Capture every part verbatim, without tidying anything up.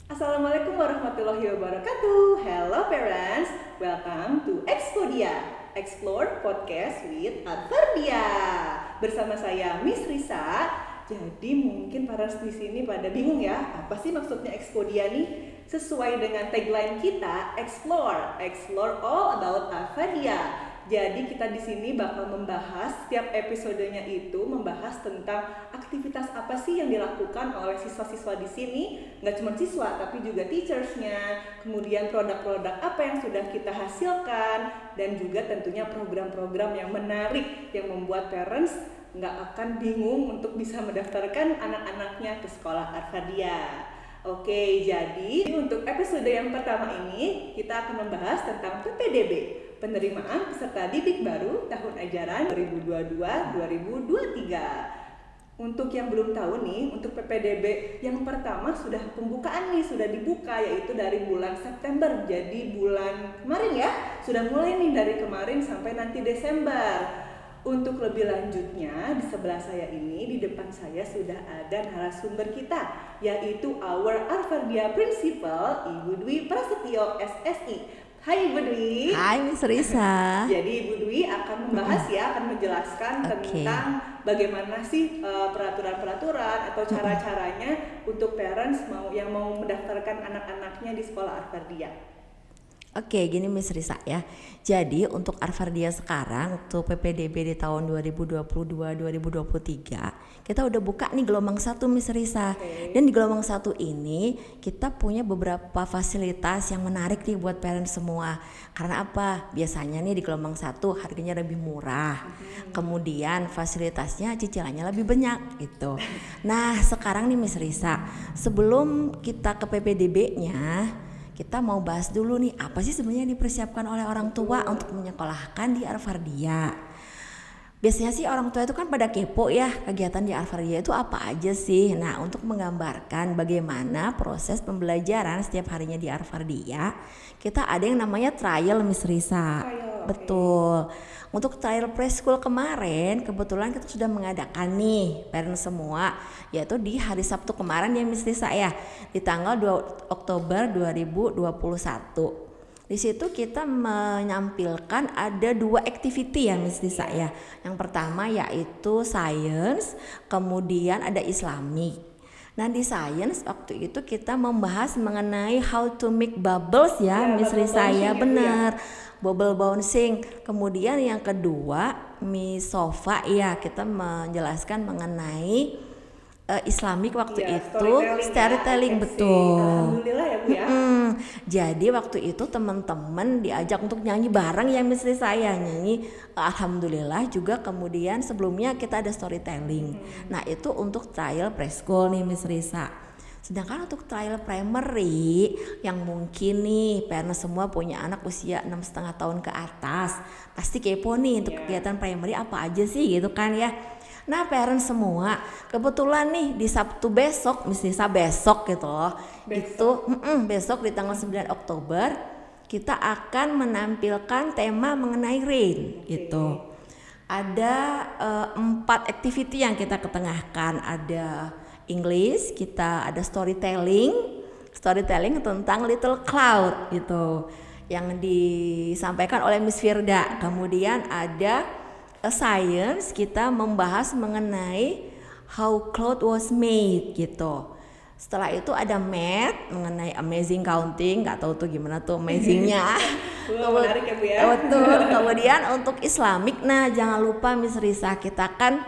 Assalamualaikum warahmatullahi wabarakatuh. Hello parents, welcome to Expodia, Explore Podcast with Arfardia. Bersama saya Miss Risa. Jadi mungkin parents di sini pada bingung ya, apa sih maksudnya Expodia nih? Sesuai dengan tagline kita, Explore, Explore all about Arfardia. Jadi kita di sini bakal membahas setiap episodenya itu membahas tentang aktivitas apa sih yang dilakukan oleh siswa-siswa di sini, nggak cuma siswa tapi juga teachersnya, kemudian produk-produk apa yang sudah kita hasilkan, dan juga tentunya program-program yang menarik yang membuat parents nggak akan bingung untuk bisa mendaftarkan anak-anaknya ke sekolah Arfardia. Oke, jadi untuk episode yang pertama ini kita akan membahas tentang P P D B, penerimaan peserta didik baru tahun ajaran dua ribu dua puluh dua dua ribu dua puluh tiga. Untuk yang belum tahu nih, untuk P P D B yang pertama sudah pembukaan nih, sudah dibuka yaitu dari bulan September. Jadi bulan kemarin ya, sudah mulai nih dari kemarin sampai nanti Desember. Untuk lebih lanjutnya, di sebelah saya ini, di depan saya sudah ada narasumber kita, yaitu our Arfardia Principal, Ibu Dwi Prasetyo S S I. Hai Ibu Dwi. Hai Miss Risa. Jadi Ibu Dwi akan membahas ya, akan menjelaskan Okay. tentang bagaimana sih uh, peraturan-peraturan atau cara-caranya untuk parents mau yang mau mendaftarkan anak-anaknya di sekolah Arfardia. Oke, gini Miss Risa ya. Jadi untuk Arfardia sekarang, untuk P P D B di tahun dua ribu dua puluh dua dua ribu dua puluh tiga, kita udah buka nih gelombang satu Miss Risa. Oke. Dan di gelombang satu ini kita punya beberapa fasilitas yang menarik nih buat parents semua. Karena apa? Biasanya nih di gelombang satu harganya lebih murah. Kemudian fasilitasnya cicilannya lebih banyak gitu. Nah, sekarang nih Miss Risa, sebelum kita ke P P D B-nya, kita mau bahas dulu nih apa sih sebenarnya yang dipersiapkan oleh orang tua untuk menyekolahkan di Arfardia. Biasanya sih orang tua itu kan pada kepo ya, kegiatan di Arfardia itu apa aja sih. Nah, untuk menggambarkan bagaimana proses pembelajaran setiap harinya di Arfardia, kita ada yang namanya trial Miss Risa. Trial, oke. Betul. Untuk trial preschool kemarin kebetulan kita sudah mengadakan nih parents semua, yaitu di hari Sabtu kemarin ya Miss Risa ya, di tanggal dua Oktober dua ribu dua puluh satu. Di situ kita menampilkan ada dua activity ya Miss Risa ya. Yang pertama yaitu science, kemudian ada Islamic. Nah di science waktu itu kita membahas mengenai how to make bubbles ya, Ya, Miss bubble Risa bouncing ya, itu benar. Bubble bouncing. Kemudian yang kedua Miss Sofa ya, kita menjelaskan mengenai uh, Islamic waktu Iya, itu storytelling ya, storytelling, I can say. betul. Alhamdulillah ya Bu ya. Hmm, jadi waktu itu teman-teman diajak untuk nyanyi bareng ya Miss Risa ya, nyanyi Alhamdulillah juga. Kemudian sebelumnya kita ada storytelling. Nah itu untuk trial preschool nih Miss Risa. Sedangkan untuk trial primary yang mungkin nih parents semua punya anak usia enam setengah tahun ke atas, pasti kepo nih untuk Yeah. kegiatan primary apa aja sih gitu kan ya. Nah parents semua kebetulan nih di Sabtu besok, Miss Risa besok gitu loh. Besok. Itu mm-mm, besok di tanggal sembilan Oktober kita akan menampilkan tema mengenai rain gitu. Ada eh, empat activity yang kita ketengahkan, ada English, kita ada storytelling, storytelling tentang Little Cloud gitu, yang disampaikan oleh Miss Firda. Kemudian ada a science, kita membahas mengenai how cloud was made gitu. Setelah itu ada math mengenai amazing counting, nggak tahu tuh gimana tuh amazingnya. Wah, menarik ya Bu ya. Betul. Kemudian untuk Islamic, nah jangan lupa Miss Risa, kita kan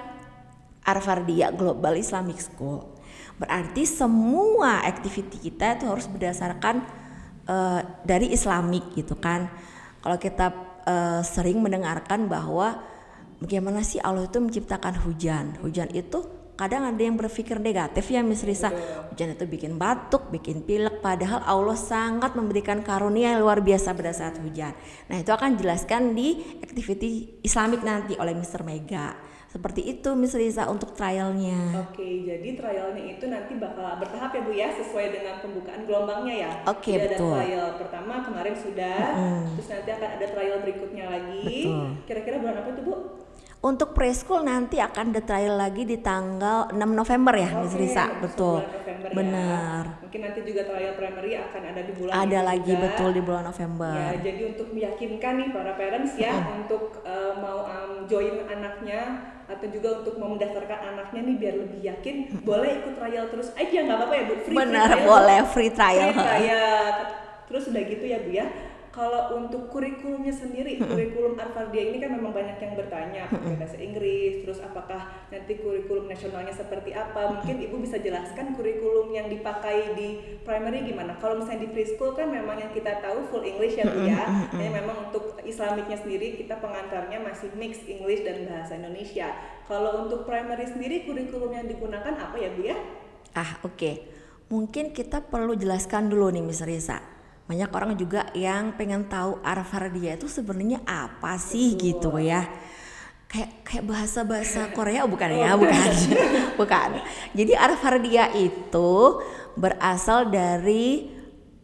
Arfardia Global Islamic School. Berarti semua activity kita itu harus berdasarkan uh, dari Islamic gitu kan. Kalau kita uh, sering mendengarkan bahwa bagaimana sih Allah itu menciptakan hujan. Hujan itu kadang ada yang berpikir negatif ya Miss Risa. Hujan itu bikin batuk, bikin pilek, padahal Allah sangat memberikan karunia yang luar biasa pada saat hujan. Nah itu akan dijelaskan di activity Islamic nanti oleh Mister Mega. Seperti itu Miss Risa untuk trialnya. Oke, jadi trialnya itu nanti bakal bertahap ya Bu ya, sesuai dengan pembukaan gelombangnya ya. Oke, Jadi betul. ada trial pertama kemarin sudah, Mm-mm. terus nanti akan ada trial berikutnya lagi. Betul. Kira-kira bulan apa itu Bu? Untuk preschool nanti akan ada trial lagi di tanggal enam November ya, Miss Oke, Risa. bulan Betul. November ya. Benar. Mungkin nanti juga trial primary akan ada di bulan Ada ini lagi juga. betul di bulan November. Ya, jadi untuk meyakinkan nih para parents ya Mm. untuk uh, mau um, join anaknya atau juga untuk mau mendaftarkan anaknya nih biar lebih yakin, Mm. boleh ikut trial terus aja, nggak apa-apa ya Bu? Free, Benar, free trial, boleh Bu. free trial. Free trial. Terus udah gitu ya Bu ya. Kalau untuk kurikulumnya sendiri, kurikulum Arvardia ini kan memang banyak yang bertanya pakai bahasa Inggris, terus apakah nanti kurikulum nasionalnya seperti apa? Mungkin Ibu bisa jelaskan kurikulum yang dipakai di primary gimana? Kalau misalnya di preschool kan memang yang kita tahu full English ya Bu ya. Hanya memang untuk Islamicnya sendiri kita pengantarnya masih mix English dan bahasa Indonesia. Kalau untuk primary sendiri kurikulum yang digunakan apa ya Bu ya? Ah, oke. Okay. Mungkin kita perlu jelaskan dulu nih Miss Risa. Banyak orang juga yang pengen tahu Arvardia itu sebenarnya apa sih. Betul. Gitu ya. Kayak kayak bahasa-bahasa Korea oh, bukan ya, bukan. Bukan. Jadi Arvardia itu berasal dari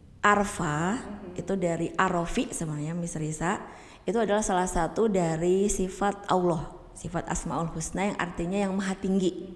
Arva, mm-hmm. itu dari Arofi sebenarnya Miss Risa. Itu adalah salah satu dari sifat Allah, sifat Asmaul Husna yang artinya yang maha tinggi.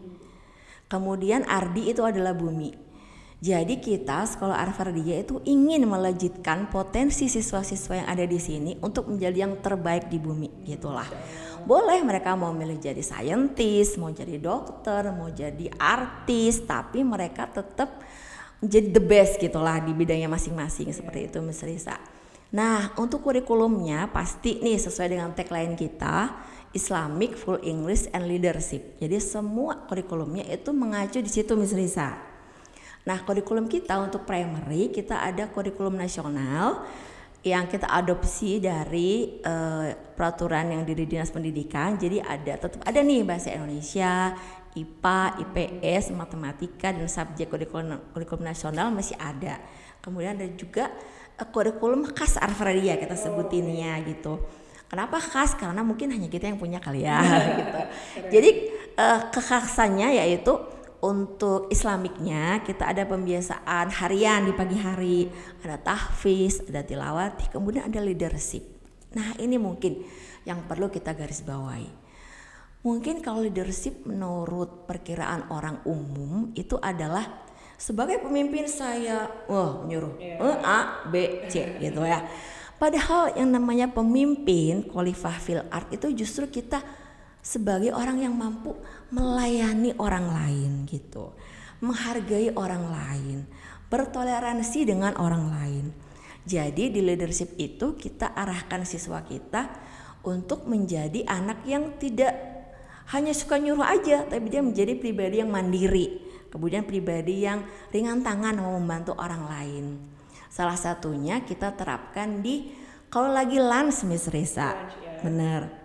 Kemudian Ardi itu adalah bumi. Jadi kita sekolah Arvardia itu ingin melejitkan potensi siswa-siswa yang ada di sini untuk menjadi yang terbaik di bumi, gitulah. Boleh mereka mau milih jadi saintis, mau jadi dokter, mau jadi artis, tapi mereka tetap menjadi the best gitulah di bidangnya masing-masing, seperti itu Miss Risa. Nah, untuk kurikulumnya pasti nih sesuai dengan tagline kita, Islamic Full English and Leadership. Jadi semua kurikulumnya itu mengacu di situ Miss Risa. Nah, kurikulum kita untuk primary kita ada kurikulum nasional yang kita adopsi dari uh, peraturan yang dari Dinas Pendidikan. Jadi ada tetap ada nih bahasa Indonesia, I P A, I P S, matematika dan subjek kurikulum kurikulum nasional masih ada. Kemudian ada juga uh, kurikulum khas Arvardia kita sebutinnya gitu. Kenapa khas? Karena mungkin hanya kita yang punya kali ya gitu. Jadi uh, kekhasannya yaitu untuk Islamiknya kita ada pembiasaan harian di pagi hari, ada tahfiz, ada tilawati, kemudian ada leadership. Nah ini mungkin yang perlu kita garis bawahi. Mungkin kalau leadership menurut perkiraan orang umum itu adalah sebagai pemimpin saya, wah nyuruh yeah. E, A, B, C gitu ya. Padahal yang namanya pemimpin, khalifah fil ard itu justru kita sebagai orang yang mampu melayani orang lain gitu, menghargai orang lain, bertoleransi dengan orang lain. Jadi di leadership itu kita arahkan siswa kita untuk menjadi anak yang tidak hanya suka nyuruh aja, tapi dia menjadi pribadi yang mandiri, kemudian pribadi yang ringan tangan mau membantu orang lain. Salah satunya kita terapkan di kalau lagi lunch Miss Risa, bener.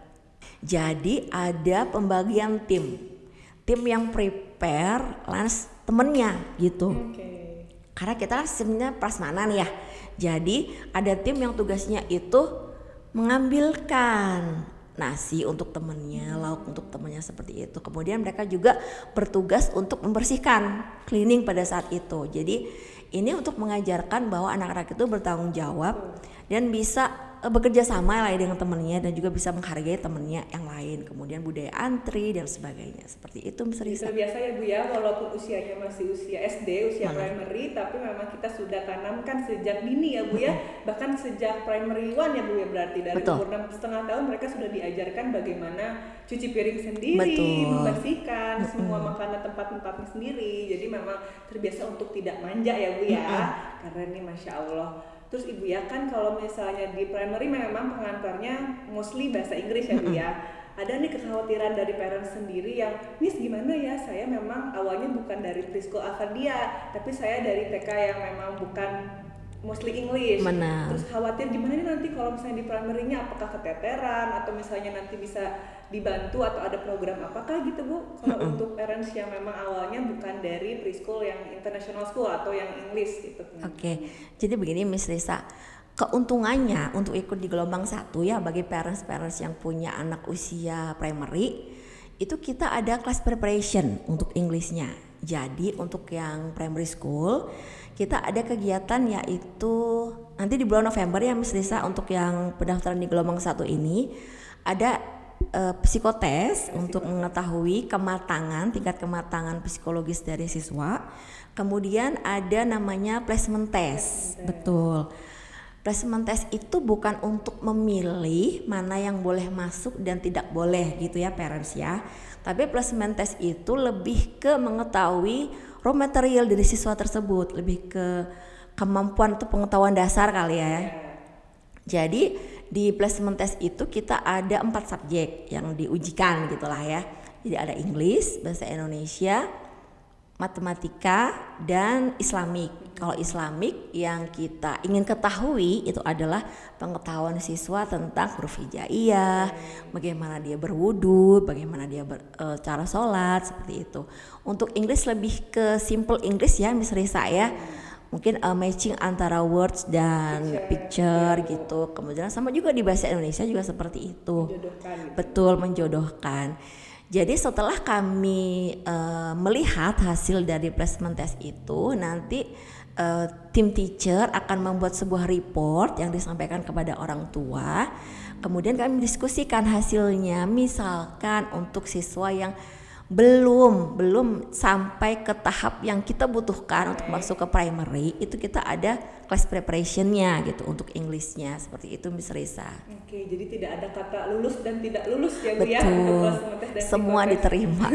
Jadi ada pembagian tim, tim yang prepare lunch temennya gitu. Okay. Karena kita kan sebenarnya prasmanan ya. Jadi ada tim yang tugasnya itu mengambilkan nasi untuk temennya, lauk untuk temennya seperti itu. Kemudian mereka juga bertugas untuk membersihkan, cleaning pada saat itu. Jadi ini untuk mengajarkan bahwa anak-anak itu bertanggung jawab dan bisa bekerja sama lah dengan temennya dan juga bisa menghargai temennya yang lain. Kemudian budaya antri dan sebagainya. Seperti itu Miss Risa. Biasa ya Bu ya, walaupun usianya masih usia S D, usia Mana? primary, tapi memang kita sudah tanamkan sejak dini ya Bu ya. Bahkan sejak primary one ya Bu ya, berarti dari Betul. umur enam setengah tahun mereka sudah diajarkan bagaimana cuci piring sendiri, Betul. membersihkan mm-hmm. semua makanan tempat-tempatnya sendiri. Jadi memang terbiasa untuk tidak manja ya Bu ya. Mm-hmm. Karena ini Masya Allah. Terus Ibu ya kan kalau misalnya di primary memang pengantarnya mostly bahasa Inggris ya Bu ya. Ada nih kekhawatiran dari parents sendiri yang, Miss gimana ya, saya memang awalnya bukan dari preschool Arvardia, tapi saya dari T K yang memang bukan mostly English. Benar. Terus khawatir gimana nih nanti kalau misalnya di primary-nya apakah keteteran atau misalnya nanti bisa dibantu atau ada program apakah gitu Bu kalau mm-hmm. untuk parents yang memang awalnya bukan dari preschool yang international school atau yang English gitu. Oke, okay. Jadi begini Miss Risa, keuntungannya untuk ikut di gelombang satu ya bagi parents-parents yang punya anak usia primary itu kita ada class preparation untuk Englishnya. Jadi untuk yang primary school kita ada kegiatan yaitu nanti di bulan November ya Miss Risa untuk yang pendaftaran di gelombang satu ini ada uh, psikotes untuk mengetahui kematangan, tingkat kematangan psikologis dari siswa. Kemudian ada namanya placement test. Betul. Placement test itu bukan untuk memilih mana yang boleh masuk dan tidak boleh gitu ya parents ya. Tapi placement test itu lebih ke mengetahui raw material dari siswa tersebut, lebih ke kemampuan atau pengetahuan dasar kali ya. Jadi di placement test itu kita ada empat subjek yang diujikan gitulah ya. Jadi ada English, bahasa Indonesia, matematika, dan Islamik. Kalau Islamik yang kita ingin ketahui itu adalah pengetahuan siswa tentang huruf hijaiyah, bagaimana dia berwudu, bagaimana dia ber, e, cara sholat, seperti itu. Untuk English lebih ke simple English ya Miss Risa ya. Mungkin uh, matching antara words dan picture, picture gitu. Kemudian sama juga di bahasa Indonesia juga seperti itu. Menjodohkan, gitu. Betul, menjodohkan. Jadi setelah kami uh, melihat hasil dari placement test itu, nanti uh, tim teacher akan membuat sebuah report yang disampaikan kepada orang tua. Kemudian kami diskusikan hasilnya, misalkan untuk siswa yang belum belum sampai ke tahap yang kita butuhkan untuk masuk ke primary, itu kita ada class preparationnya gitu untuk Englishnya, seperti itu Miss Risa. Oke, jadi tidak ada kata lulus dan tidak lulus ya Bu ya. Betul. Ya, semua psikotes diterima.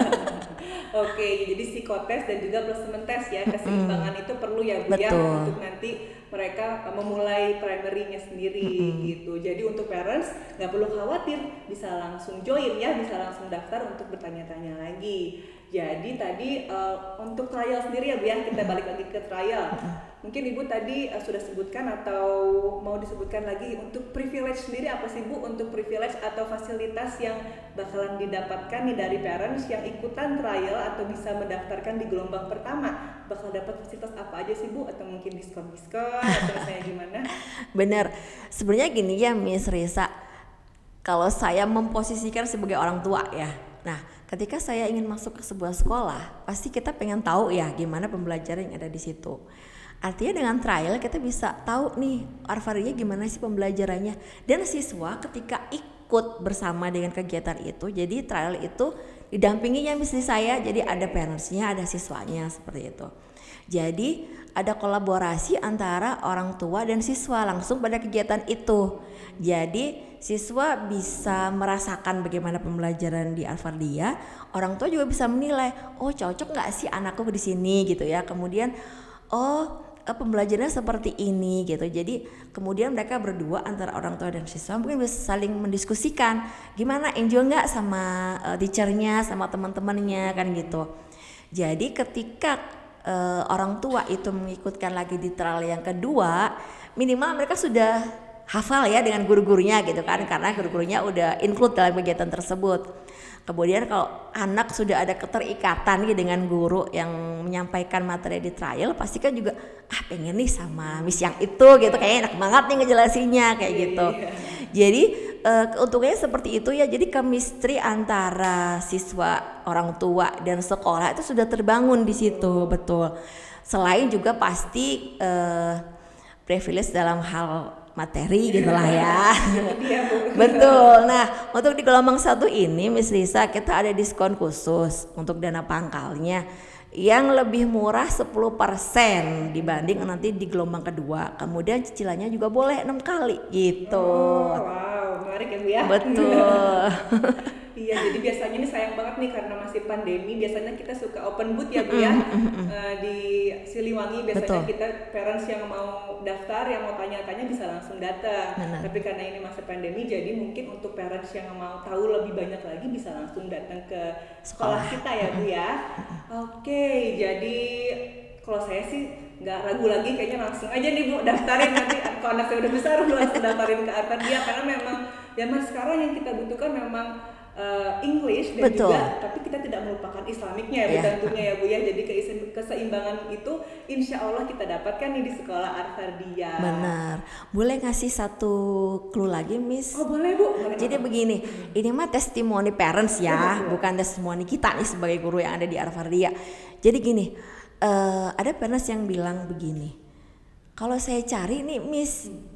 Oke, jadi psikotes dan juga placement test ya, keseimbangan mm-hmm. itu perlu ya Bu ya untuk nanti mereka memulai primary-nya sendiri mm-hmm. gitu. Jadi untuk parents nggak perlu khawatir, bisa langsung join ya, bisa langsung daftar untuk bertanya-tanya lagi. Jadi tadi uh, untuk trial sendiri ya Bu ya, kita balik lagi ke trial. Mungkin Ibu tadi uh, sudah sebutkan atau mau disebutkan lagi untuk privilege sendiri apa sih Bu, untuk privilege atau fasilitas yang bakalan didapatkan nih dari parents yang ikutan trial atau bisa mendaftarkan di gelombang pertama, bakal dapat fasilitas apa aja sih Bu, atau mungkin diskon-diskon atau misalnya gimana? Bener, sebenarnya gini ya Miss Risa, kalau saya memposisikan sebagai orang tua ya, nah ketika saya ingin masuk ke sebuah sekolah, pasti kita pengen tahu ya gimana pembelajaran yang ada di situ. Artinya dengan trial kita bisa tahu nih Arvaria gimana sih pembelajarannya, dan siswa ketika ikut bersama dengan kegiatan itu, jadi trial itu didampinginya misi saya, jadi ada parentsnya, ada siswanya, seperti itu. Jadi ada kolaborasi antara orang tua dan siswa langsung pada kegiatan itu. Jadi siswa bisa merasakan bagaimana pembelajaran di Alfardia, orang tua juga bisa menilai, oh cocok nggak sih anakku di sini gitu ya. Kemudian oh pembelajarannya seperti ini gitu. Jadi kemudian mereka berdua antara orang tua dan siswa mungkin bisa saling mendiskusikan gimana, enjoy nggak sama uh, teachernya, sama teman-temannya kan gitu. Jadi ketika uh, orang tua itu mengikutkan lagi di trial yang kedua, minimal mereka sudah hafal ya dengan guru-gurunya gitu kan, karena guru-gurunya udah include dalam kegiatan tersebut. Kemudian kalau anak sudah ada keterikatan nih dengan guru yang menyampaikan materi di trial, pasti kan juga ah pengen nih sama miss yang itu gitu, kayaknya enak banget nih ngejelasinnya kayak gitu. Jadi uh, keuntungannya seperti itu ya. Jadi chemistry antara siswa, orang tua dan sekolah itu sudah terbangun di situ, betul. Selain juga pasti uh, privilege dalam hal materi gitulah ya. Betul. Nah, untuk di gelombang satu ini Miss Risa kita ada diskon khusus untuk dana pangkalnya yang lebih murah sepuluh persen dibanding nanti di gelombang kedua. Kemudian cicilannya juga boleh enam kali gitu. Oh, wow, menarik ya Bu ya. Betul. Iya, jadi biasanya ini sayang banget nih karena masih pandemi, biasanya kita suka open booth ya Bu ya. uh, di Siliwangi biasanya Betul. Kita parents yang mau daftar, yang mau tanya-tanya bisa langsung datang. Benar. Tapi karena ini masih pandemi, jadi mungkin untuk parents yang mau tahu lebih banyak lagi bisa langsung datang ke sekolah kita ya Bu ya. Oke, jadi kalau saya sih nggak ragu lagi, kayaknya langsung aja nih Bu daftarin nanti. Kalau anak saya udah besar langsung daftarin ke Arvadia, karena memang zaman sekarang yang kita butuhkan memang Uh, English dan Betul. Juga tapi kita tidak melupakan Islamiknya ya Bu, yeah. tentunya ya Bu ya. Jadi keseimbangan itu insya Allah kita dapatkan nih di sekolah Arvadia. Benar. Boleh ngasih satu clue lagi Miss? Oh boleh Bu. Boleh. Jadi apa? Begini, ini mah testimoni parents ya, oh, bukan testimoni kita nih sebagai guru yang ada di Arvadia. Jadi gini, uh, ada parents yang bilang begini, kalau saya cari nih Miss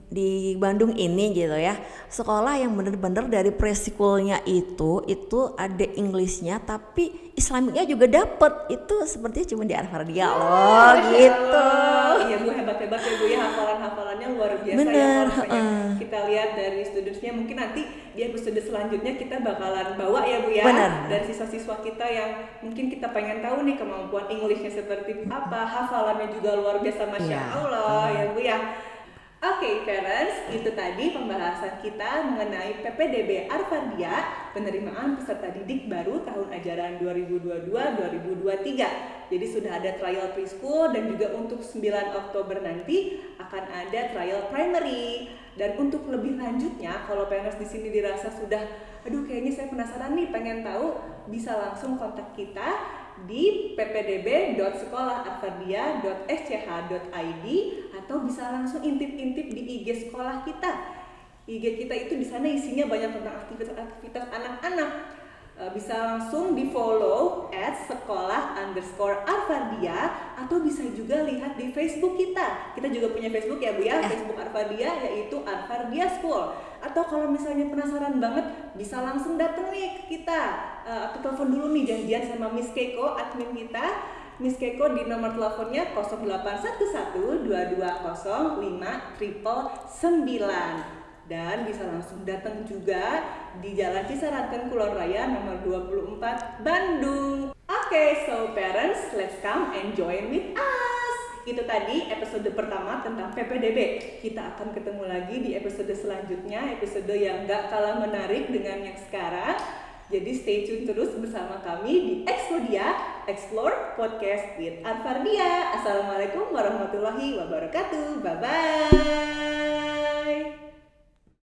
di Bandung ini gitu ya, sekolah yang bener-bener dari preschoolnya itu itu ada Englishnya tapi Islamiknya juga dapet. Itu sepertinya cuma di Arvardia loh gitu. Iya Bu, hebat-hebat ya Bu ya, hafalan-hafalannya luar biasa. Bener, ya kalau uh. kita lihat dari studentsnya, mungkin nanti di episode selanjutnya kita bakalan bawa ya Bu ya. Bener. Dan siswa-siswa kita yang mungkin kita pengen tahu nih kemampuan Englishnya seperti apa, hafalannya juga luar biasa, Masya Ya, Allah bener. ya Bu ya. Oke okay, parents, itu tadi pembahasan kita mengenai P P D B Arvardia, penerimaan peserta didik baru tahun ajaran dua ribu dua puluh dua dua ribu dua puluh tiga. Jadi sudah ada trial preschool dan juga untuk sembilan Oktober nanti akan ada trial primary. Dan untuk lebih lanjutnya, kalau parents di sini dirasa sudah, aduh kayaknya saya penasaran nih, pengen tahu, bisa langsung kontak kita di p p d b dot sekolah arvardia dot s c h dot i d atau bisa langsung intip-intip di I G sekolah kita. I G kita itu di sana isinya banyak tentang aktivitas-aktivitas anak-anak. E, bisa langsung di follow at sekolah underscore arvardia atau bisa juga lihat di Facebook kita. Kita juga punya Facebook ya Bu ya, Facebook Arvardia yaitu Arvardia School. Atau kalau misalnya penasaran banget bisa langsung datang nih ke kita, uh, atau telepon dulu nih janjian sama Miss Keiko, admin kita. Miss Keiko di nomor teleponnya nol delapan satu satu dua dua nol lima sembilan sembilan dan bisa langsung datang juga di Jalan Cisaranten Kulon Raya nomor dua puluh empat Bandung. Oke, okay, so parents, let's come and join with us. Itu tadi episode pertama tentang P P D B. Kita akan ketemu lagi di episode selanjutnya, episode yang gak kalah menarik dengan yang sekarang. Jadi stay tune terus bersama kami di Expodia, Explore Podcast with Arvardia. Assalamualaikum warahmatullahi wabarakatuh. Bye-bye.